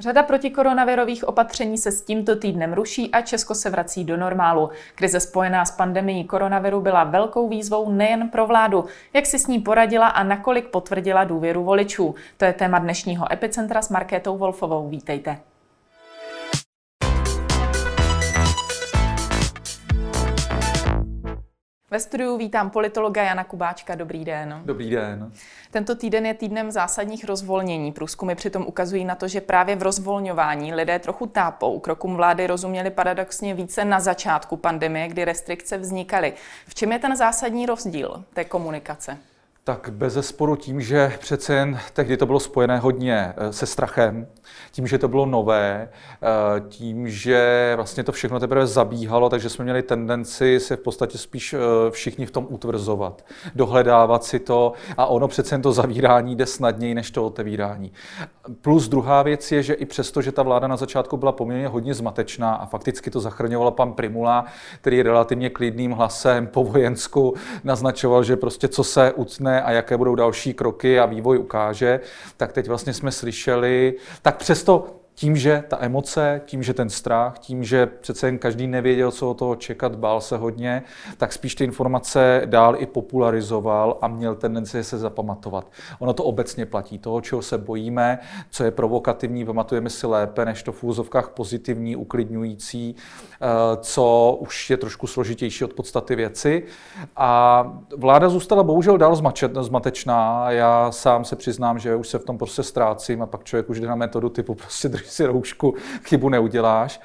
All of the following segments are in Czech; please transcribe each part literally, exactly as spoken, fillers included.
Řada protikoronavirových opatření se s tímto týdnem ruší a Česko se vrací do normálu. Krize spojená s pandemií koronaviru byla velkou výzvou nejen pro vládu. Jak si s ní poradila a nakolik potvrdila důvěru voličů? To je téma dnešního Epicentra s Markétou Wolfovou. Vítejte. Ve studiu vítám politologa Jana Kubáčka. Dobrý den. Dobrý den. Tento týden je týdnem zásadních rozvolnění. Průzkumy přitom ukazují na to, že právě v rozvolňování lidé trochu tápou. Krokům vlády rozuměli paradoxně více na začátku pandemie, kdy restrikce vznikaly. V čem je ten zásadní rozdíl té komunikace? Tak bezesporu tím, že přece jen tehdy to bylo spojené hodně se strachem, tím, že to bylo nové, tím, že vlastně to všechno teprve zabíhalo, takže jsme měli tendenci se v podstatě spíš všichni v tom utvrzovat, dohledávat si to a ono přece jen to zavírání jde snadněji než to otevírání. Plus druhá věc je, že i přesto, že ta vláda na začátku byla poměrně hodně zmatečná a fakticky to zachraňoval pan Prymula, který relativně klidným hlasem po vojensku naznačoval, že prostě co se utne a jaké budou další kroky a vývoj ukáže, tak teď vlastně jsme slyšeli, tak přesto tím, že ta emoce, tím, že ten strach, tím, že přece jen každý nevěděl, co od toho čekat, bál se hodně, tak spíš ty informace dál i popularizoval a měl tendenci se zapamatovat. Ono to obecně platí. Toho, čeho se bojíme, co je provokativní, pamatujeme si lépe, než to v úzovkách pozitivní, uklidňující, co už je trošku složitější od podstaty věci. A vláda zůstala bohužel dál zmatečná. Já sám se přiznám, že už se v tom prostě ztrácím a pak člověk už jde na metodu typu prostě drž si roušku, chybu neuděláš.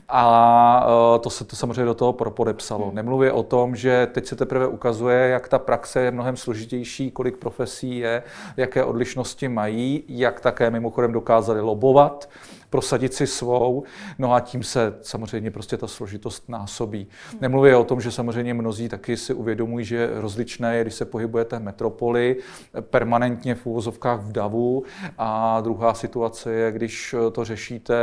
A to se to samozřejmě do toho podepsalo. Nemluvě o tom, že teď se teprve ukazuje, jak ta praxe je mnohem složitější, kolik profesí je, jaké odlišnosti mají, jak také mimochodem dokázali lobovat, prosadit si svou, no a tím se samozřejmě prostě ta složitost násobí. Nemluvě o tom, že samozřejmě mnozí taky si uvědomují, že rozličné je, když se pohybujete v metropoli, permanentně v uvozovkách v davu a druhá situace je, když to řešíte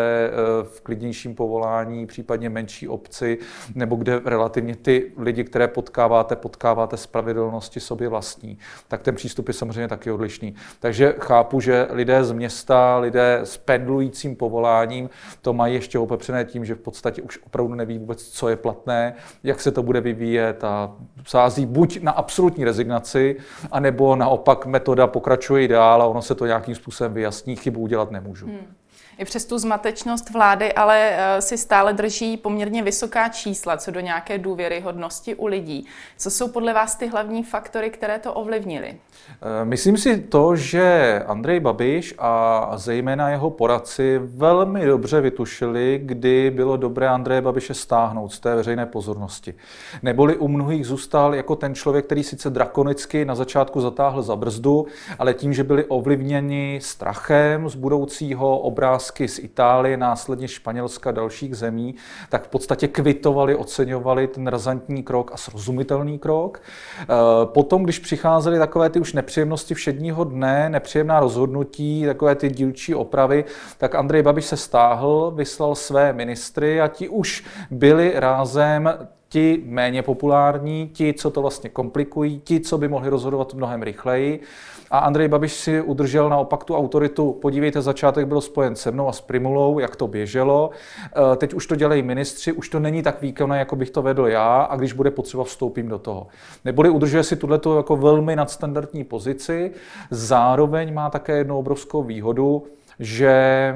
v klidnějším povolání, případně menší obci, nebo kde relativně ty lidi, které potkáváte, potkáváte z pravidelnosti sobě vlastní, tak ten přístup je samozřejmě taky odlišný. Takže chápu, že lidé z města, lidé s pendlujícím povoláním, to mají ještě opepřené tím, že v podstatě už opravdu neví vůbec, co je platné, jak se to bude vyvíjet a sází buď na absolutní rezignaci, anebo naopak metoda pokračuje dál a ono se to nějakým způsobem vyjasní, chybu udělat nemůžu. Hmm. I přes tu zmatečnost vlády, ale si stále drží poměrně vysoká čísla co do nějaké důvěryhodnosti u lidí. Co jsou podle vás ty hlavní faktory, které to ovlivnily? Myslím si to, že Andrej Babiš a zejména jeho poradci velmi dobře vytušili, kdy bylo dobré Andreje Babiše stáhnout z té veřejné pozornosti. Neboli u mnohých zůstal jako ten člověk, který sice drakonicky na začátku zatáhl za brzdu, ale tím, že byli ovlivněni strachem z budoucího obrázku z Itálie, následně Španělska a dalších zemí, tak v podstatě kvitovali, oceňovali ten razantní krok a srozumitelný krok. Potom, když přicházely takové ty už nepříjemnosti všedního dne, nepříjemná rozhodnutí, takové ty dílčí opravy, tak Andrej Babiš se stáhl, vyslal své ministry a ti už byli rázem ti méně populární, ti, co to vlastně komplikují, ti, co by mohli rozhodovat mnohem rychleji. A Andrej Babiš si udržel naopak tu autoritu. Podívejte, začátek byl spojen se mnou a s Prymulou, jak to běželo. Teď už to dělají ministři, už to není tak výkonné, jako bych to vedl já, a když bude potřeba, vstoupím do toho. Neboli udržuje si tuhletu jako velmi nadstandardní pozici, zároveň má také jednu obrovskou výhodu, že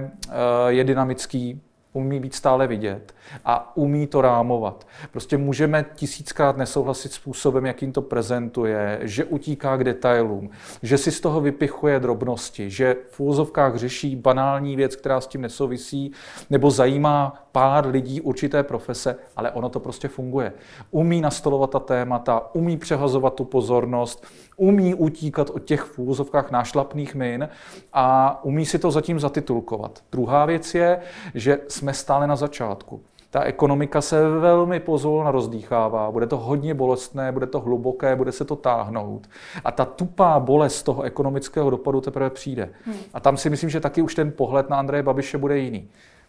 je dynamický, umí být stále vidět a umí to rámovat. Prostě můžeme tisíckrát nesouhlasit způsobem, jakým to prezentuje, že utíká k detailům, že si z toho vypichuje drobnosti, že v úvozovkách řeší banální věc, která s tím nesouvisí, nebo zajímá pár lidí určité profese, ale ono to prostě funguje. Umí nastolovat ta témata, umí přehazovat tu pozornost, umí utíkat od těch v úvozovkách nášlapných min a umí si to zatím zatitulkovat. Druhá věc je, že jsme stále na začátku. Ta ekonomika se velmi pozvolna rozdýchává, bude to hodně bolestné, bude to hluboké, bude se to táhnout. A ta tupá bolest toho ekonomického dopadu teprve přijde. Hmm. A tam si myslím, že taky už ten pohled na Andreje Babiše bude jiný.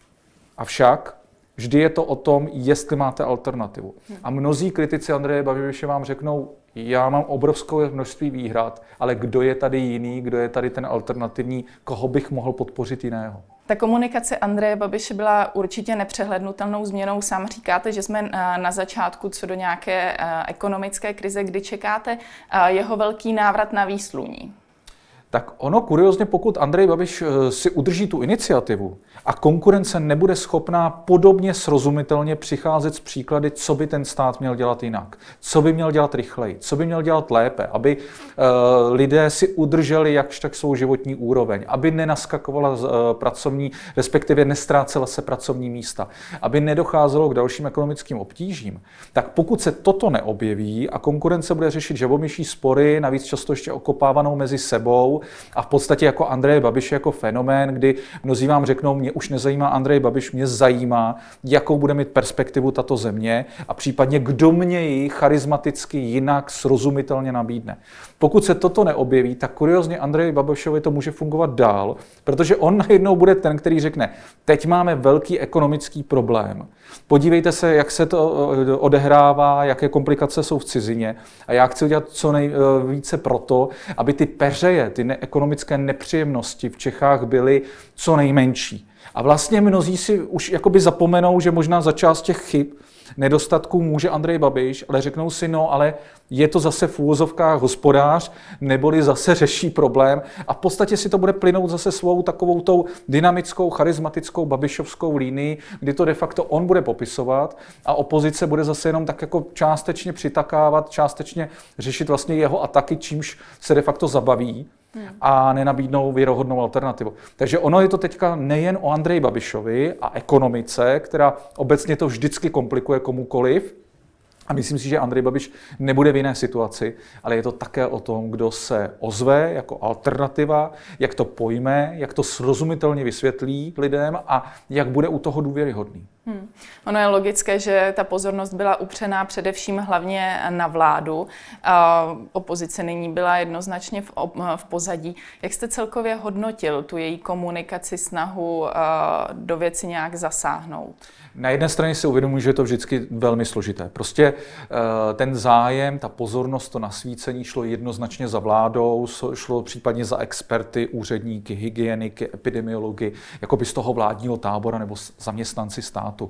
Avšak vždy je to o tom, jestli máte alternativu. Hmm. A mnozí kritici Andreje Babiše vám řeknou, já mám obrovské množství výhrad, ale kdo je tady jiný, kdo je tady ten alternativní, koho bych mohl podpořit jiného? Ta komunikace Andreje Babiše byla určitě nepřehlednutelnou změnou. Sám říkáte, že jsme na začátku co do nějaké ekonomické krize, kdy čekáte jeho velký návrat na výsluní. Tak ono kuriózně, pokud Andrej Babiš si udrží tu iniciativu a konkurence nebude schopná podobně srozumitelně přicházet s příklady, co by ten stát měl dělat jinak, co by měl dělat rychleji, co by měl dělat lépe, aby uh, lidé si udrželi jakž tak svou životní úroveň, aby nenaskakovala uh, pracovní, respektive nestrácela se pracovní místa, aby nedocházelo k dalším ekonomickým obtížím, tak pokud se toto neobjeví a konkurence bude řešit žabomyší spory, navíc často ještě okopávanou mezi sebou, a v podstatě jako Andrej Babiš jako fenomén, kdy mnozí vám řeknou, mě už nezajímá Andrej Babiš, mě zajímá, jakou bude mít perspektivu tato země a případně kdo mě ji charismaticky jinak srozumitelně nabídne. Pokud se toto neobjeví, tak kuriózně Andreji Babišovi to může fungovat dál, protože on najednou bude ten, který řekne, teď máme velký ekonomický problém. Podívejte se, jak se to odehrává, jaké komplikace jsou v cizině a já chci udělat co nejvíce proto, aby ty peřeje, ty ekonomické nepříjemnosti v Čechách byly co nejmenší. A vlastně mnozí si už jakoby zapomenou, že možná za část těch chyb, nedostatků může Andrej Babiš, ale řeknou si, no ale je to zase v úvozovkách hospodář, neboli zase řeší problém a v podstatě si to bude plynout zase svou takovou tou dynamickou, charismatickou babišovskou línii, kdy to de facto on bude popisovat a opozice bude zase jenom tak jako částečně přitakávat, částečně řešit vlastně jeho ataky, čímž se de facto zabaví a nenabídnou věrohodnou alternativu. Takže ono je to teďka nejen o Andreji Babišovi a ekonomice, která obecně to vždycky komplikuje komukoliv. A myslím si, že Andrej Babiš nebude v jiné situaci, ale je to také o tom, kdo se ozve jako alternativa, jak to pojme, jak to srozumitelně vysvětlí lidem a jak bude u toho důvěryhodný. Hmm. Ono je logické, že ta pozornost byla upřená především hlavně na vládu. A opozice nyní byla jednoznačně v, v pozadí. Jak jste celkově hodnotil tu její komunikaci, snahu do věci nějak zasáhnout? Na jedné straně si uvědomuji, že je to vždycky velmi složité. Prostě ten zájem, ta pozornost, to nasvícení šlo jednoznačně za vládou, šlo případně za experty, úředníky, hygieniky, epidemiology, jako by z toho vládního tábora nebo zaměstnanci státu.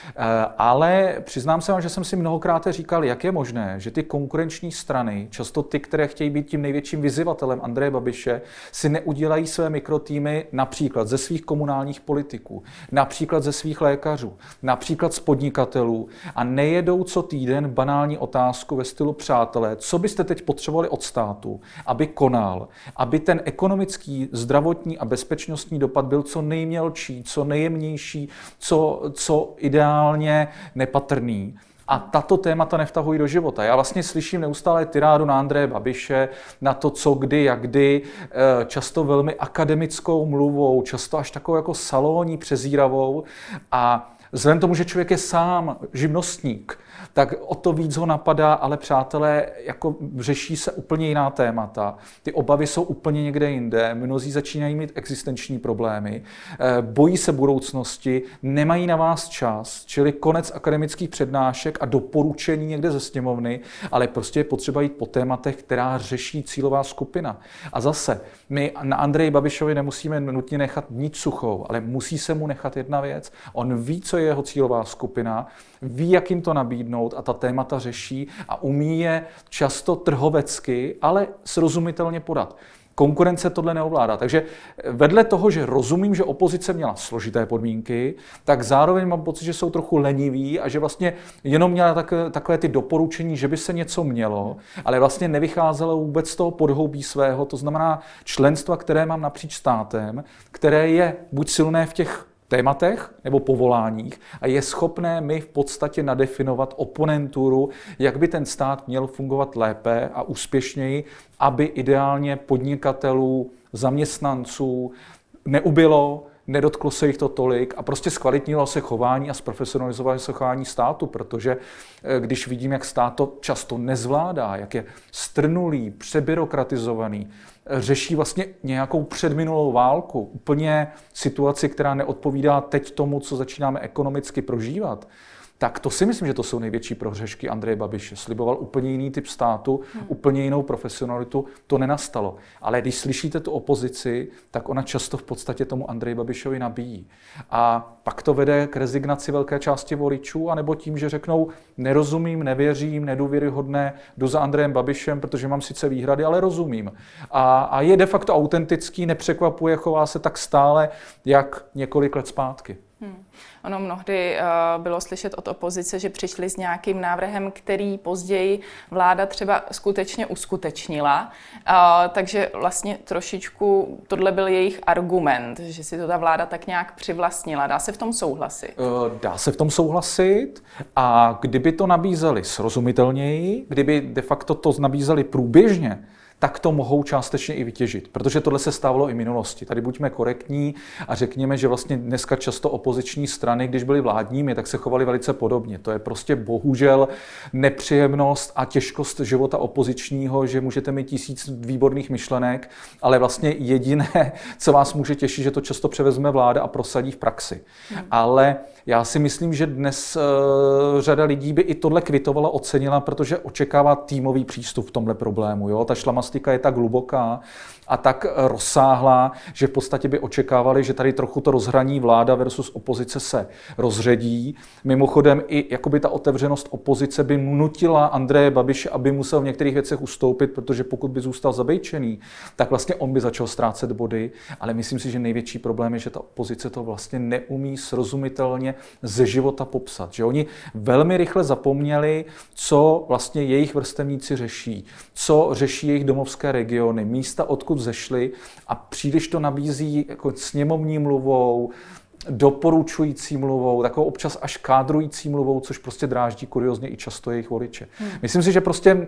Ale přiznám se vám, že jsem si mnohokrát říkal, jak je možné, že ty konkurenční strany, často ty, které chtějí být tím největším vyzývatelem Andreje Babiše, si neudělají své mikrotýmy například ze svých komunálních politiků, například ze svých lékařů, například z podnikatelů a nejedou co týden banální otázku ve stylu přátelé, co byste teď potřebovali od státu, aby konal, aby ten ekonomický, zdravotní a bezpečnostní dopad byl co nejmělčí, co nejjemnější, co, co ideálně nepatrný. A tato témata nevtahují do života. Já vlastně slyším neustále tirádu na Andreje Babiše, na to, co kdy, jak kdy, často velmi akademickou mluvou, často až takovou jako salonní, přezíravou a vzhledem tomu, že člověk je sám živnostník, tak o to víc ho napadá, ale přátelé, jako řeší se úplně jiná témata. Ty obavy jsou úplně někde jinde, mnozí začínají mít existenční problémy, bojí se budoucnosti, nemají na vás čas, čili konec akademických přednášek a doporučení někde ze sněmovny, ale prostě je potřeba jít po tématech, která řeší cílová skupina. A zase, my na Andreji Babišovi nemusíme nutně nechat nic suchou, ale musí se mu nechat jedna věc. On ví, co je jeho cílová skupina, ví, jak jim to nabídnout a ta témata řeší a umí je často trhovecky, ale srozumitelně podat. Konkurence tohle neovládá. Takže vedle toho, že rozumím, že opozice měla složité podmínky, tak zároveň mám pocit, že jsou trochu leniví a že vlastně jenom měla takové, takové ty doporučení, že by se něco mělo, ale vlastně nevycházelo vůbec z toho podhoubí svého, to znamená členstva, které mám napříč státem, které je buď silné v těch tématech nebo povoláních a je schopné mi v podstatě nadefinovat oponenturu, jak by ten stát měl fungovat lépe a úspěšněji, aby ideálně podnikatelů, zaměstnanců neubylo, nedotklo se jich to tolik a prostě zkvalitnilo se chování a zprofesionalizovalo se chování státu, protože když vidím, jak stát to často nezvládá, jak je strnulý, přebyrokratizovaný, řeší vlastně nějakou předminulou válku, úplně situaci, která neodpovídá teď tomu, co začínáme ekonomicky prožívat, tak to si myslím, že to jsou největší prohřešky Andreje Babiše. Sliboval úplně jiný typ státu, hmm. úplně jinou profesionalitu, to nenastalo. Ale když slyšíte tu opozici, tak ona často v podstatě tomu Andreji Babišovi nabíjí. A pak to vede k rezignaci velké části voličů, anebo tím, že řeknou, nerozumím, nevěřím, nedůvěryhodné, jdu za Andrejem Babišem, protože mám sice výhrady, ale rozumím. A, a je de facto autentický, nepřekvapuje, chová se tak stále, jak několik let zpátky. Hmm. Ono mnohdy uh, bylo slyšet od opozice, že přišli s nějakým návrhem, který později vláda třeba skutečně uskutečnila. Uh, takže vlastně trošičku tohle byl jejich argument, že si to ta vláda tak nějak přivlastnila. Dá se v tom souhlasit? Uh, dá se v tom souhlasit a kdyby to nabízeli srozumitelněji, kdyby de facto to nabízeli průběžně, tak to mohou částečně i vytěžit, protože tohle se stávalo i v minulosti. Tady buďme korektní a řekněme, že vlastně dneska často opoziční strany, když byly vládními, tak se chovaly velice podobně. To je prostě bohužel nepříjemnost a těžkost života opozičního, že můžete mít tisíc výborných myšlenek, ale vlastně jediné, co vás může těšit, že to často převezme vláda a prosadí v praxi. Hmm. Ale já si myslím, že dnes uh, řada lidí by i tohle kvitovala, ocenila, protože očekává týmový přístup v tomhle problému. Jo? Ta šlamastika je tak hluboká a tak rozsáhlá, že v podstatě by očekávali, že tady trochu to rozhraní vláda versus opozice se rozředí. Mimochodem i jakoby ta otevřenost opozice by nutila Andreje Babiše, aby musel v některých věcech ustoupit, protože pokud by zůstal zabejčený, tak vlastně on by začal ztrácet body. Ale myslím si, že největší problém je, že ta opozice to vlastně neumí srozumitelně ze života popsat. Že oni velmi rychle zapomněli, co vlastně jejich vrstevníci řeší, co řeší jejich domovské regiony, místa, odkud zešli a příliš to nabízí jako sněmovní mluvou, doporučující mluvou, takovou občas až kádrující mluvou, což prostě dráždí kuriozně i často jejich voliče. Hmm. Myslím si, že prostě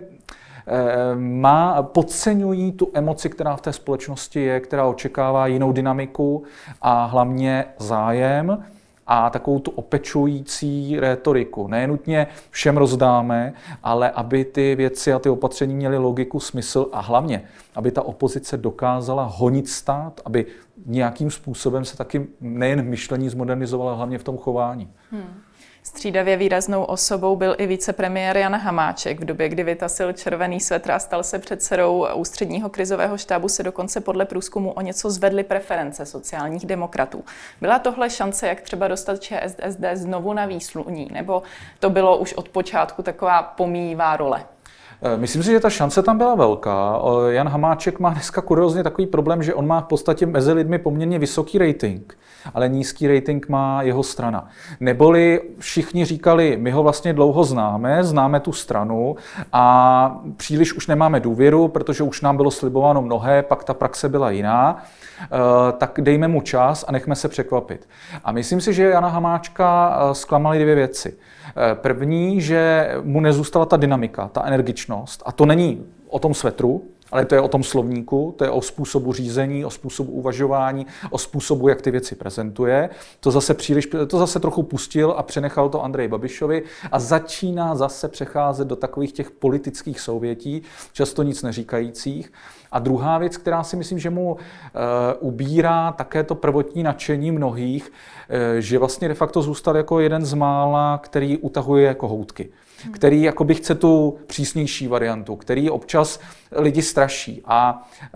má, podceňují tu emoci, která v té společnosti je, která očekává jinou dynamiku a hlavně zájem a takovou tu opečující rétoriku. Nenutně všem rozdáme, ale aby ty věci a ty opatření měly logiku, smysl a hlavně, aby ta opozice dokázala honit stát, aby nějakým způsobem se taky nejen v myšlení zmodernizovala, hlavně v tom chování. Hmm. Střídavě výraznou osobou byl i vicepremiér Jan Hamáček. V době, kdy vytasil červený svetr a stal se předsedou ústředního krizového štábu, se dokonce podle průzkumu o něco zvedly preference sociálních demokratů. Byla tohle šance, jak třeba dostat ČSSD znovu na výsluní, nebo to bylo už od počátku taková pomíjivá role? Myslím si, že ta šance tam byla velká. Jan Hamáček má dneska kuriozně takový problém, že on má v podstatě mezi lidmi poměrně vysoký rating, ale nízký rating má jeho strana. Neboli všichni říkali, my ho vlastně dlouho známe, známe tu stranu a příliš už nemáme důvěru, protože už nám bylo slibováno mnohé, pak ta praxe byla jiná, tak dejme mu čas a nechme se překvapit. A myslím si, že Jana Hamáčka zklamaly dvě věci. První, že mu nezůstala ta dynamika, ta energičnost. A to není o tom svetru, ale to je o tom slovníku, to je o způsobu řízení, o způsobu uvažování, o způsobu, jak ty věci prezentuje. To zase příliš, to zase trochu pustil a přenechal to Andreji Babišovi a začíná zase přecházet do takových těch politických souvětí, často nic neříkajících. A druhá věc, která si myslím, že mu e, ubírá také to prvotní nadšení mnohých, e, že vlastně de facto zůstal jako jeden z mála, který utahuje kohoutky. Hmm. Který jakoby chce tu přísnější variantu, který občas lidi straší. A e,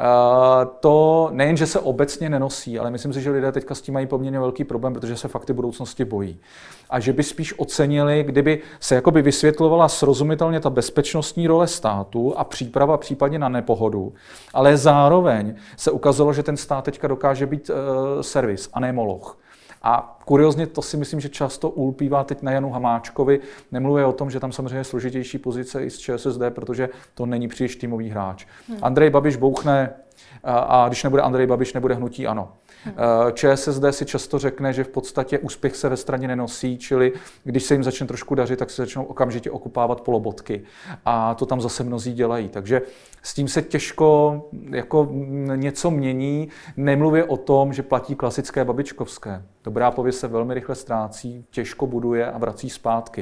to nejen, že se obecně nenosí, ale myslím si, že lidé teďka s tím mají poměrně velký problém, protože se fakt ty budoucnosti bojí. A že by spíš ocenili, kdyby se jakoby vysvětlovala srozumitelně ta bezpečnostní role státu a příprava případně na nepohodu, ale zároveň se ukázalo, že ten stát teďka dokáže být e, servis a ne moloch. A kuriozně to si myslím, že často ulpívá teď na Janu Hamáčkovi. Nemluvě o tom, že tam samozřejmě je složitější pozice i z ČSSD, protože to není příliš týmový hráč. Hmm. Andrej Babiš bouchne a, a když nebude Andrej Babiš, nebude hnutí ANO. Hmm. ČSSD si často řekne, že v podstatě úspěch se ve straně nenosí, čili když se jim začne trošku dařit, tak se začnou okamžitě okupávat polobotky. A to tam zase mnozí dělají. Takže s tím se těžko jako něco mění. Nemluvě o tom, že platí klasické babičkovské. Dobrá pověst se velmi rychle ztrácí, těžko buduje a vrací zpátky.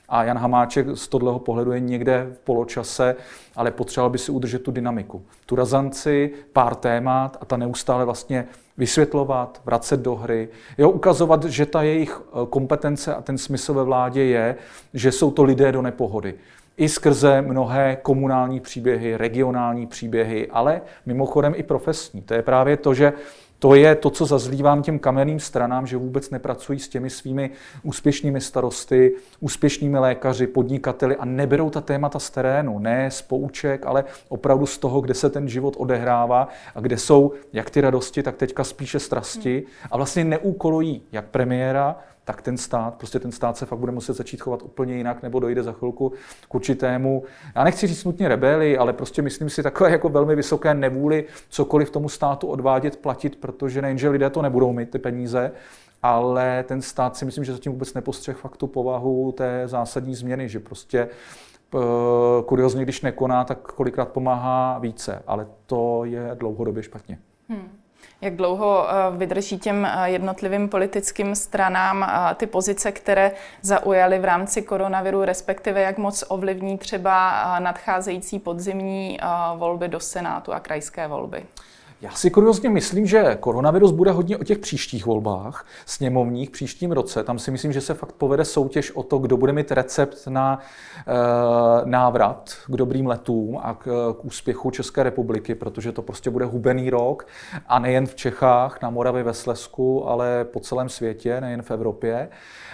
A Jan Hamáček z tohoto pohledu je někde v poločase, ale potřeboval by si udržet tu dynamiku. Tu razanci, pár témat a ta neustále vlastně vysvětlovat, vracet do hry, jo, ukazovat, že ta jejich kompetence a ten smysl ve vládě je, že jsou to lidé do nepohody. I skrze mnohé komunální příběhy, regionální příběhy, ale mimochodem i profesní. To je právě to, že to je to, co zazlívám těm kamenným stranám, že vůbec nepracují s těmi svými úspěšnými starosty, úspěšnými lékaři, podnikateli a neberou ta témata z terénu, ne z pouček, ale opravdu z toho, kde se ten život odehrává a kde jsou jak ty radosti, tak teďka spíše strasti a vlastně neúkolují jak premiéra, tak ten stát, prostě ten stát se fakt bude muset začít chovat úplně jinak, nebo dojde za chvilku k určitému, já nechci říct nutně rebelii, ale prostě myslím si takové jako velmi vysoké nevůli cokoliv tomu státu odvádět, platit, protože nejenže lidé to nebudou mít, ty peníze, ale ten stát si myslím, že zatím vůbec nepostřeh fakt tu povahu té zásadní změny, že prostě kuriozně, když nekoná, tak kolikrát pomáhá více, ale to je dlouhodobě špatně. Hmm. Jak dlouho vydrží těm jednotlivým politickým stranám ty pozice, které zaujaly v rámci koronaviru, respektive jak moc ovlivní třeba nadcházející podzimní volby do Senátu a krajské volby? Já si kuriozně myslím, že koronavirus bude hodně o těch příštích volbách, sněmovních, příštím roce. Tam si myslím, že se fakt povede soutěž o to, kdo bude mít recept na e, návrat k dobrým letům a k, k úspěchu České republiky, protože to prostě bude hubený rok a nejen v Čechách, na Moravě, ve Slezsku, ale po celém světě, nejen v Evropě.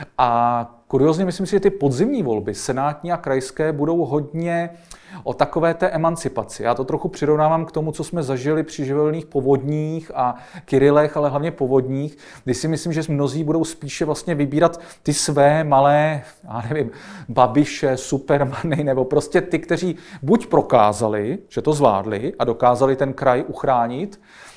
A kuriozně myslím si, že ty podzimní volby, senátní a krajské, budou hodně o takové té emancipaci. Já to trochu přirovnávám k tomu, co jsme zažili při živelných povodních a Kyrillech, ale hlavně povodních, kdy si myslím, že mnozí budou spíše vlastně vybírat ty své malé, já nevím, Babiše, Supermany, nebo prostě ty, kteří buď prokázali, že to zvládli a dokázali ten kraj uchránit,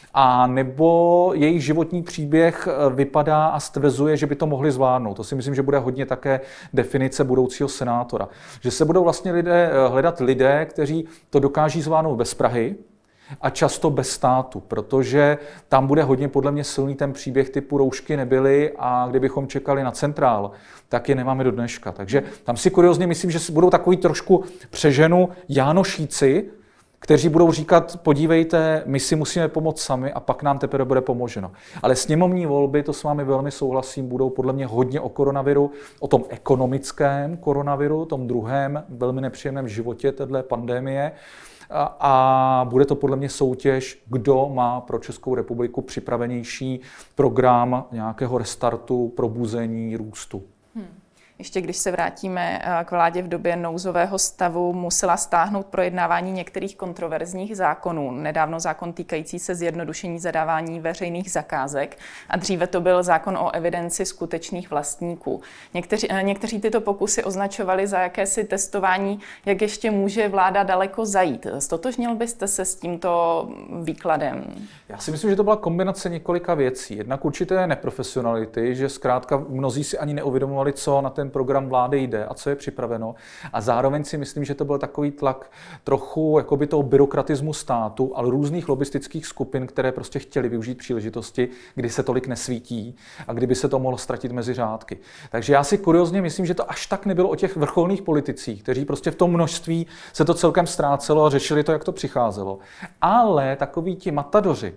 a nebo jejich životní příběh vypadá a stvrzuje, že by to mohli zvládnout. To si myslím, že bude hodně také definice budoucího senátora. Že se budou vlastně lidé, hledat lidé, kteří to dokáží zvládnout bez Prahy a často bez státu, protože tam bude hodně podle mě silný ten příběh typu roušky nebyly a kdybychom čekali na centrál, tak je nemáme do dneška. Takže tam si kuriozně myslím, že budou takový trošku přeženu Jánošíci, kteří budou říkat, podívejte, my si musíme pomoct sami a pak nám teprve bude pomoženo. Ale sněmovní volby, to s vámi velmi souhlasím, budou podle mě hodně o koronaviru, o tom ekonomickém koronaviru, tom druhém velmi nepříjemném životě téhle pandemie. A, a bude to podle mě soutěž, kdo má pro Českou republiku připravenější program nějakého restartu, probuzení, růstu. Hmm. Ještě když se vrátíme k vládě v době nouzového stavu, musela stáhnout projednávání některých kontroverzních zákonů. Nedávno zákon týkající se zjednodušení zadávání veřejných zakázek a dříve to byl zákon o evidenci skutečných vlastníků. Někteří, někteří tyto pokusy označovali za jakési testování, jak ještě může vláda daleko zajít. Stotožnil byste se s tímto výkladem? Já si myslím, že to byla kombinace několika věcí. Jednak určité neprofesionality, že zkrátka mnozí si ani neuvědomovali, co na ten program vlády jde a co je připraveno. A zároveň si myslím, že to byl takový tlak trochu jakoby toho byrokratismu státu, ale různých lobistických skupin, které prostě chtěli využít příležitosti, kdy se tolik nesvítí a kdyby se to mohlo ztratit mezi řádky. Takže já si kuriozně myslím, že to až tak nebylo o těch vrcholných politicích, kteří prostě v tom množství se to celkem ztrácelo a řešili to, jak to přicházelo. Ale takoví ti matadoři,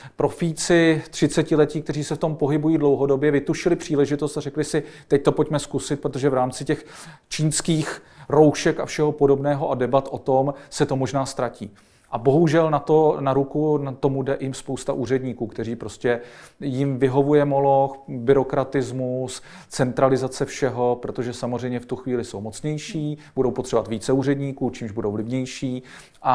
profíci třicetiletí, kteří se v tom pohybují dlouhodobě, vytušili příležitost a řekli si, teď to pojďme zkusit, protože v rámci těch čínských roušek a všeho podobného a debat o tom se to možná ztratí. A bohužel na to, na ruku na tomu jde jim spousta úředníků, kteří prostě jim vyhovuje moloch, byrokratismus, centralizace všeho, protože samozřejmě v tu chvíli jsou mocnější, budou potřebovat více úředníků, čímž budou vlivnější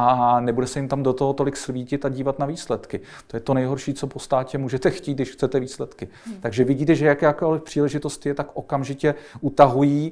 a nebude se jim tam do toho tolik svítit a dívat na výsledky. To je to nejhorší, co po státě můžete chtít, když chcete výsledky. Hmm. Takže vidíte, že jakákoliv příležitost je, tak okamžitě utahují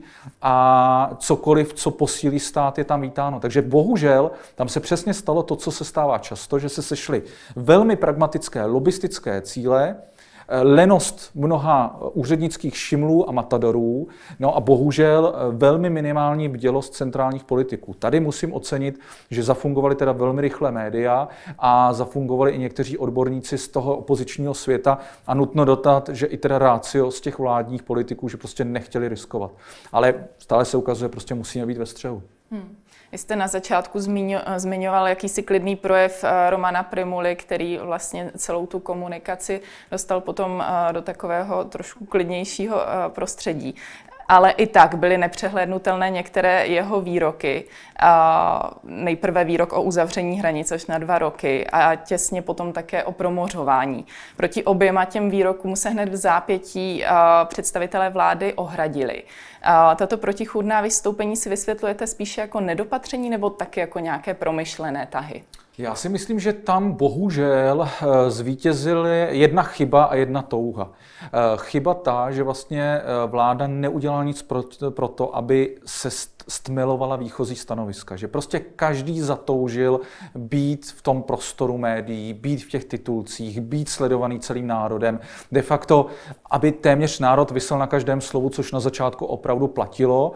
a cokoliv, co posílí stát, je tam vítáno. Takže bohužel tam se přesně stalo to, co se stává často, že se sešly velmi pragmatické lobistické cíle lenost mnoha úřednických šimlů a matadorů, no a bohužel velmi minimální bdělost centrálních politiků. Tady musím ocenit, že zafungovaly teda velmi rychle média a zafungovali i někteří odborníci z toho opozičního světa a nutno dodat, že i teda rácio z těch vládních politiků, že prostě nechtěli riskovat. Ale stále se ukazuje, prostě musíme být ve střehu. Hmm. Vy jste na začátku zmiňo, zmiňoval jakýsi klidný projev Romana Prymuly, který vlastně celou tu komunikaci dostal potom do takového trošku klidnějšího prostředí. Ale i tak byly nepřehlédnutelné některé jeho výroky. Nejprve výrok o uzavření hranic až na dva roky a těsně potom také o promořování. Proti oběma těm výrokům se hned v zápětí představitelé vlády ohradili. Tato protichůdná vystoupení si vysvětlujete spíše jako nedopatření nebo taky jako nějaké promyšlené tahy? Já si myslím, že tam bohužel zvítězily jedna chyba a jedna touha. Chyba ta, že vlastně vláda neudělala nic pro, pro to, aby se stmelovala výchozí stanoviska. Že prostě každý zatoužil být v tom prostoru médií, být v těch titulcích, být sledovaný celým národem. De facto, aby téměř národ visel na každém slovu, což na začátku opravdu platilo.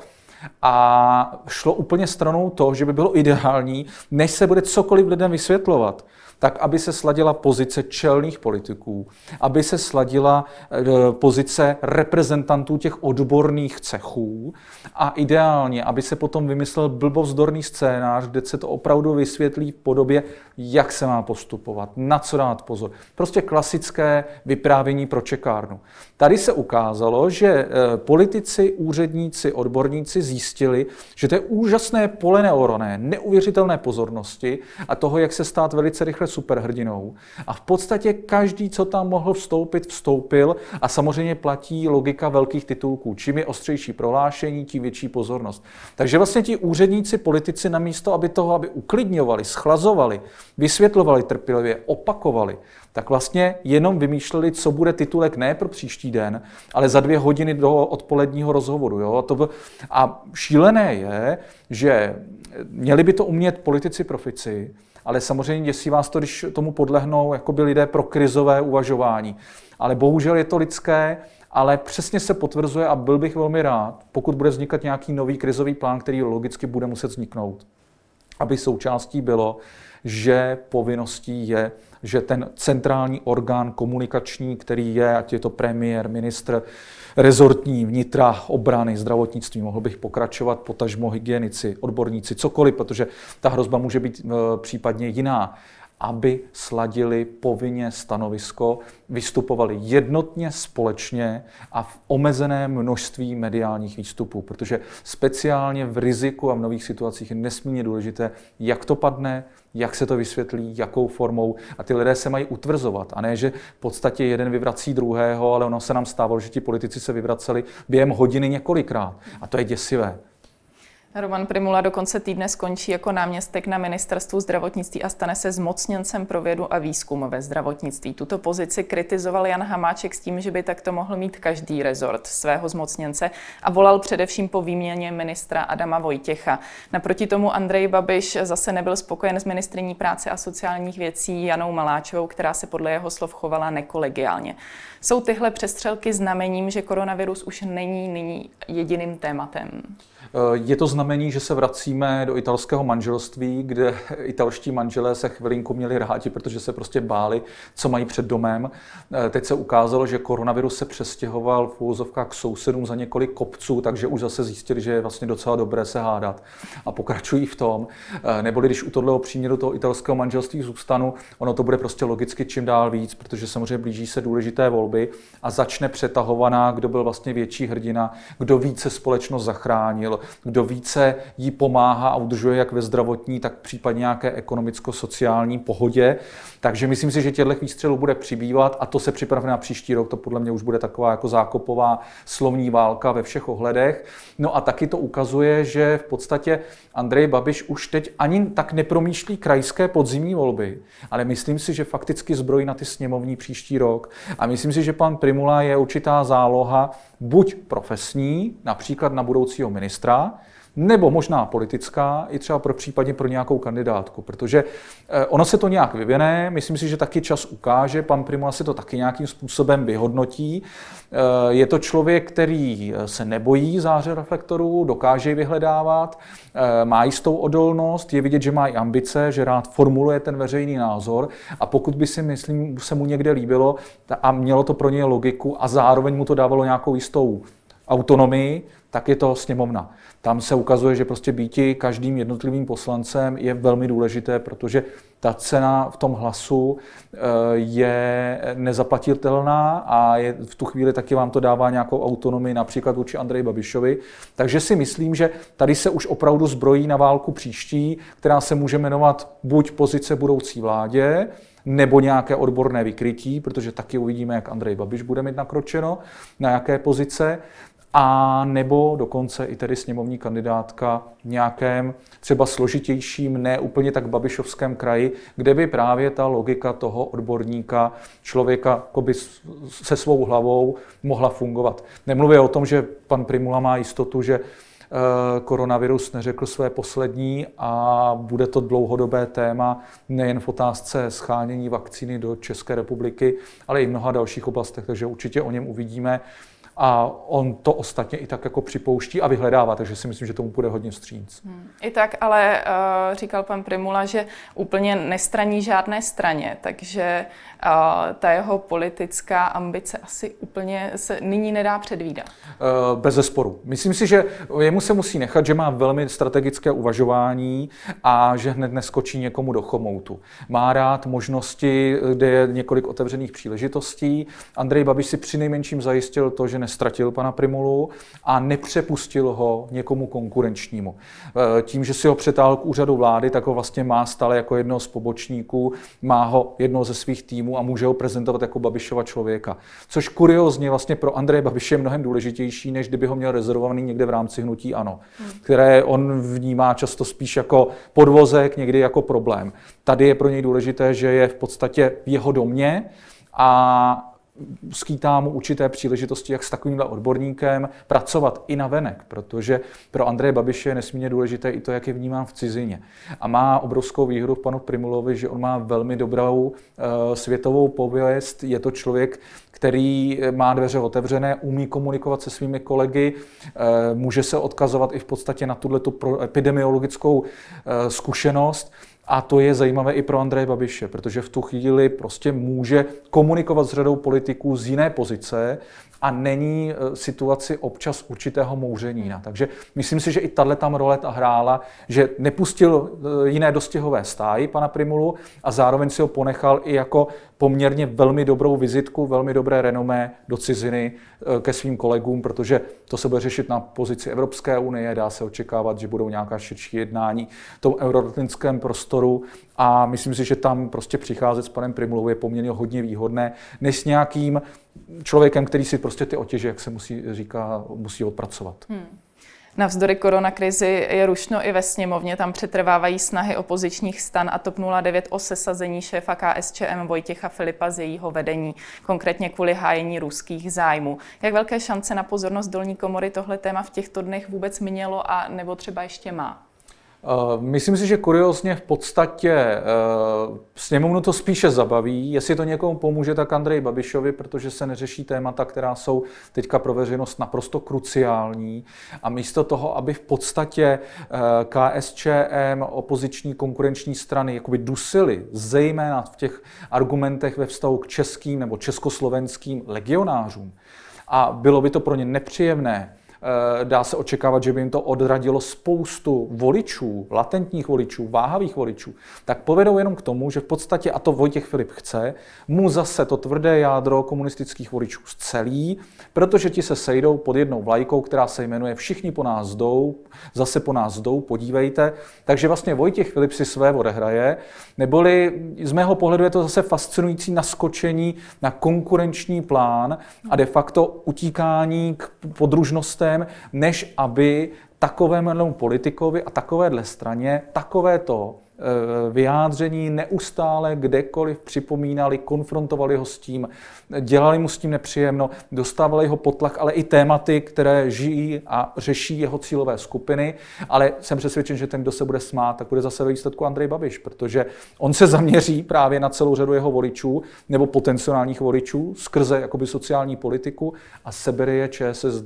A šlo úplně stranou to, že by bylo ideální, než se bude cokoliv lidem vysvětlovat, tak aby se sladila pozice čelných politiků, aby se sladila pozice reprezentantů těch odborných cechů a ideálně, aby se potom vymyslel blbovzdorný scénář, kde se to opravdu vysvětlí v podobě, jak se má postupovat, na co dát pozor. Prostě klasické vyprávění pro čekárnu. Tady se ukázalo, že politici, úředníci, odborníci zjistili, že to je úžasné pole neoroné, neuvěřitelné pozornosti a toho, jak se stát velice rychle superhrdinou. A v podstatě každý, co tam mohl vstoupit, vstoupil a samozřejmě platí logika velkých titulků. Čím je ostřejší prohlášení, tím větší pozornost. Takže vlastně ti úředníci, politici namísto, aby toho, aby uklidňovali, schlazovali, vysvětlovali trpělivě, opakovali, tak vlastně jenom vymýšleli, co bude titulek ne pro příští den, ale za dvě hodiny do odpoledního rozhovoru. Jo? A, to byl... a šílené je, že měli by to umět politici profici, ale samozřejmě děsí vás to, když tomu podlehnou jakoby lidé pro krizové uvažování. Ale bohužel je to lidské, ale přesně se potvrzuje a byl bych velmi rád, pokud bude vznikat nějaký nový krizový plán, který logicky bude muset vzniknout, aby součástí bylo, že povinností je, že ten centrální orgán komunikační, který je, ať je to premiér, ministr, rezortní, vnitra, obrany, zdravotnictví, mohl bych pokračovat, potažmo hygienici, odborníci, cokoliv, protože ta hrozba může být e, případně jiná, aby sladili povinně stanovisko, vystupovali jednotně, společně a v omezeném množství mediálních výstupů, protože speciálně v riziku a v nových situacích je nesmírně důležité, jak to padne, jak se to vysvětlí, jakou formou a ty lidé se mají utvrzovat a ne, že v podstatě jeden vyvrací druhého, ale ono se nám stávalo, že ti politici se vyvraceli během hodiny několikrát a to je děsivé. Roman Prymula do konce týdne skončí jako náměstek na ministerstvu zdravotnictví a stane se zmocněncem pro vědu a výzkum ve zdravotnictví. Tuto pozici kritizoval Jan Hamáček s tím, že by takto mohl mít každý rezort svého zmocněnce a volal především po výměně ministra Adama Vojtěcha. Naproti tomu Andrej Babiš zase nebyl spokojen s ministryní práce a sociálních věcí Janou Maláčovou, která se podle jeho slov chovala nekolegiálně. Jsou tyhle přestřelky znamením, že koronavirus už není nyní jediným tématem? Je to znamení, že se vracíme do italského manželství, kde italští manželé se chvilinku měli rádi, protože se prostě báli, co mají před domem. Teď se ukázalo, že koronavirus se přestěhoval v úvozovkách k sousedům za několik kopců, takže už zase zjistili, že je vlastně docela dobré se hádat. A pokračují v tom. Neboli když u tohoto příměru toho italského manželství zůstanu, ono to bude prostě logicky čím dál víc, protože samozřejmě blíží se důležité volby a začne přetahovaná, kdo byl vlastně větší hrdina, kdo více společnost zachránil, kdo více jí pomáhá a udržuje jak ve zdravotní, tak případně nějaké ekonomicko-sociální pohodě. Takže myslím si, že těchto výstřelů bude přibývat a to se připravuje na příští rok. To podle mě už bude taková jako zákopová slovní válka ve všech ohledech. No a taky to ukazuje, že v podstatě Andrej Babiš už teď ani tak nepromýšlí krajské podzimní volby, ale myslím si, že fakticky zbrojí na ty sněmovní příští rok. A myslím si, že pan Prymula je určitá záloha buď profesní, například na budoucího ministra, nebo možná politická, i třeba pro případně pro nějakou kandidátku, protože ono se to nějak vyvine, myslím si, že taky čas ukáže, pan Prymula si to taky nějakým způsobem vyhodnotí. Je to člověk, který se nebojí záře reflektorů, dokáže ji vyhledávat, má jistou odolnost, je vidět, že má i ambice, že rád formuluje ten veřejný názor a pokud by si, myslím, se mu někde líbilo a mělo to pro něj logiku a zároveň mu to dávalo nějakou jistou autonomii, tak je to sněmovna. Tam se ukazuje, že prostě býti každým jednotlivým poslancem je velmi důležité, protože ta cena v tom hlasu je nezaplatitelná a je, v tu chvíli taky vám to dává nějakou autonomii, například vůči Andreji Babišovi. Takže si myslím, že tady se už opravdu zbrojí na válku příští, která se může jmenovat buď pozice budoucí vládě, nebo nějaké odborné vykrytí, protože taky uvidíme, jak Andrej Babiš bude mít nakročeno, na jaké pozice, a nebo dokonce i tedy sněmovní kandidátka v nějakém třeba složitějším, ne úplně tak babišovském kraji, kde by právě ta logika toho odborníka, člověka se svou hlavou mohla fungovat. Nemluvím o tom, že pan Prymula má jistotu, že koronavirus neřekl své poslední a bude to dlouhodobé téma nejen v otázce shánění vakcíny do České republiky, ale i v mnoha dalších oblastech, takže určitě o něm uvidíme. A on to ostatně i tak jako připouští a vyhledává, takže si myslím, že tomu bude hodně vstříc. Hmm. I tak, ale uh, říkal pan Prymula, že úplně nestraní žádné straně, takže uh, ta jeho politická ambice asi úplně se nyní nedá předvídat. Uh, bez zesporu. Myslím si, že jemu se musí nechat, že má velmi strategické uvažování a že hned neskočí někomu do chomoutu. Má rád možnosti, kde je několik otevřených příležitostí. Andrej Babiš si přinejmenším zajistil to, že nestratil pana Prymulu a nepřepustil ho někomu konkurenčnímu. Tím, že si ho přetáhl k úřadu vlády, tak ho vlastně má stále jako jednoho z pobočníků, má ho jednoho ze svých týmů a může ho prezentovat jako Babišova člověka. Což kuriózně vlastně pro Andreje Babiše je mnohem důležitější, než kdyby ho měl rezervovaný někde v rámci hnutí ANO, hmm. které on vnímá často spíš jako podvozek, někdy jako problém. Tady je pro něj důležité, že je v podstatě v jeho domě a skýtá mu určité příležitosti, jak s takovýmhle odborníkem pracovat i navenek, protože pro Andreje Babiše je nesmírně důležité i to, jak je vnímán v cizině. A má obrovskou výhodu v panu Prymulovi, že on má velmi dobrou uh, světovou pověst, je to člověk, který má dveře otevřené, umí komunikovat se svými kolegy, uh, může se odkazovat i v podstatě na tuto epidemiologickou uh, zkušenost. A to je zajímavé i pro Andreje Babiše, protože v tu chvíli prostě může komunikovat s řadou politiků z jiné pozice a není situaci občas určitého mouřenína. Takže myslím si, že i tahle tam role ta hrála, že nepustil jiné dostihové stáji pana Prymulu a zároveň si ho ponechal i jako poměrně velmi dobrou vizitku, velmi dobré renomé do ciziny ke svým kolegům, protože to se bude řešit na pozici Evropské unie, dá se očekávat, že budou nějaká širší jednání v tom euroatlantickém prostoru a myslím si, že tam prostě přicházet s panem Prymulou je poměrně hodně výhodné, než s nějakým člověkem, který si prostě ty otěže, jak se musí říká, musí odpracovat. Hmm. Navzdory koronakrizi je rušno i ve sněmovně, tam přetrvávají snahy opozičních stan a TOP nula devět o sesazení šéfa K S Č M Vojtěcha Filipa z jejího vedení, konkrétně kvůli hájení ruských zájmů. Jak velké šance na pozornost dolní komory tohle téma v těchto dnech vůbec mělo a nebo třeba ještě má? Myslím si, že kuriózně v podstatě sněmovnu to spíše zabaví. Jestli to někomu pomůže, tak Andreji Babišovi, protože se neřeší témata, která jsou teďka pro veřejnost naprosto kruciální. A místo toho, aby v podstatě K S Č M, opoziční konkurenční strany, jakoby dusily, zejména v těch argumentech ve vztahu k českým nebo československým legionářům, a bylo by to pro ně nepříjemné, dá se očekávat, že by jim to odradilo spoustu voličů, latentních voličů, váhavých voličů, tak povedou jenom k tomu, že v podstatě, a to Vojtěch Filip chce, mu zase to tvrdé jádro komunistických voličů zcelí, protože ti se sejdou pod jednou vlajkou, která se jmenuje Všichni po nás jdou, zase po nás jdou, podívejte. Takže vlastně Vojtěch Filip si své odehraje, neboli z mého pohledu je to zase fascinující naskočení na konkurenční plán a de facto utíkání k podružnostem, než aby takovému politikovi a takovéhle straně takovéto vyjádření neustále kdekoliv připomínali, konfrontovali ho s tím, dělali mu s tím nepříjemno, dostávali ho pod tlak, ale i tématy, které žijí a řeší jeho cílové skupiny, ale jsem přesvědčen, že ten, kdo se bude smát, tak bude zase ve výsledku Andrej Babiš, protože on se zaměří právě na celou řadu jeho voličů nebo potenciálních voličů skrze jakoby sociální politiku a sebere je ČSSD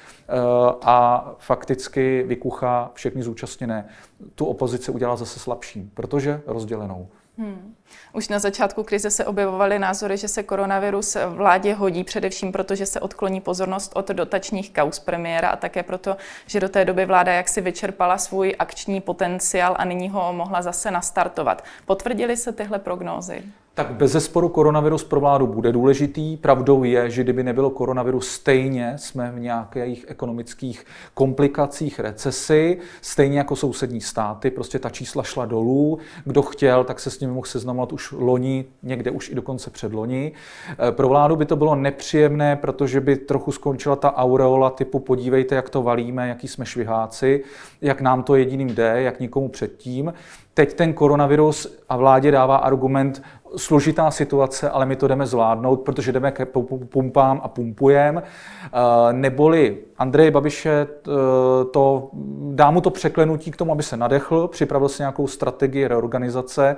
a fakticky vykuchá všechny zúčastněné. Tu opozici udělá zase slabší, protože rozdělenou. Hmm. Už na začátku krize se objevovaly názory, že se koronavirus vládě hodí, především proto, že se odkloní pozornost od dotačních kauz premiéra a také proto, že do té doby vláda jaksi vyčerpala svůj akční potenciál a nyní ho mohla zase nastartovat. Potvrdily se tyhle prognózy? Tak bezesporu koronavirus pro vládu bude důležitý. Pravdou je, že kdyby nebylo koronavirus, stejně jsme v nějakých ekonomických komplikacích, recesi, stejně jako sousední státy. Prostě ta čísla šla dolů. Kdo chtěl, tak se s nimi mohl seznamovat už loni, někde už i dokonce předloni. Pro vládu by to bylo nepříjemné, protože by trochu skončila ta aureola typu podívejte, jak to valíme, jaký jsme šviháci, jak nám to jediným jde, jak nikomu předtím. Teď ten koronavirus a vládě dává argument, složitá situace, ale my to jdeme zvládnout, protože jdeme k pumpám a pumpujeme. Neboli Andrej Babiše to, dá mu to překlenutí k tomu, aby se nadechl, připravil si nějakou strategii reorganizace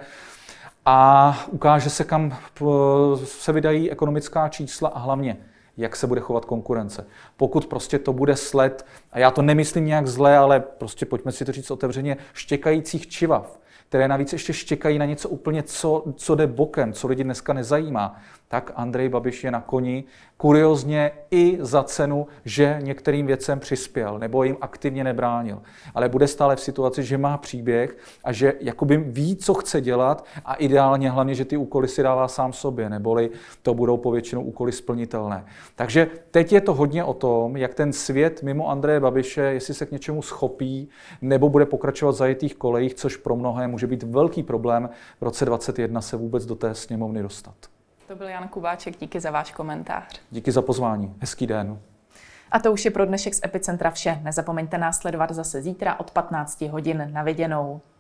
a ukáže se, kam se vydají ekonomická čísla a hlavně, jak se bude chovat konkurence. Pokud prostě to bude sled, a já to nemyslím nějak zle, ale prostě pojďme si to říct otevřeně, štěkajících čivav, které navíc ještě štěkají na něco úplně, co, co jde bokem, co lidi dneska nezajímá, tak Andrej Babiš je na koni kuriózně i za cenu, že některým věcem přispěl nebo jim aktivně nebránil. Ale bude stále v situaci, že má příběh a že jakoby ví, co chce dělat a ideálně hlavně, že ty úkoly si dává sám sobě, neboli to budou povětšinou úkoly splnitelné. Takže teď je to hodně o tom, jak ten svět mimo Andreje Babiše, jestli se k něčemu schopí, nebo bude pokračovat v zajetých kolejích, což pro mnohé může být velký problém v roce dvacet jedna se vůbec do té sněmovny dostat. To byl Jan Kubáček, díky za váš komentář. Díky za pozvání, hezký den. A to už je pro dnešek z Epicentra vše. Nezapomeňte nás sledovat zase zítra od patnácti hodin. Na viděnou.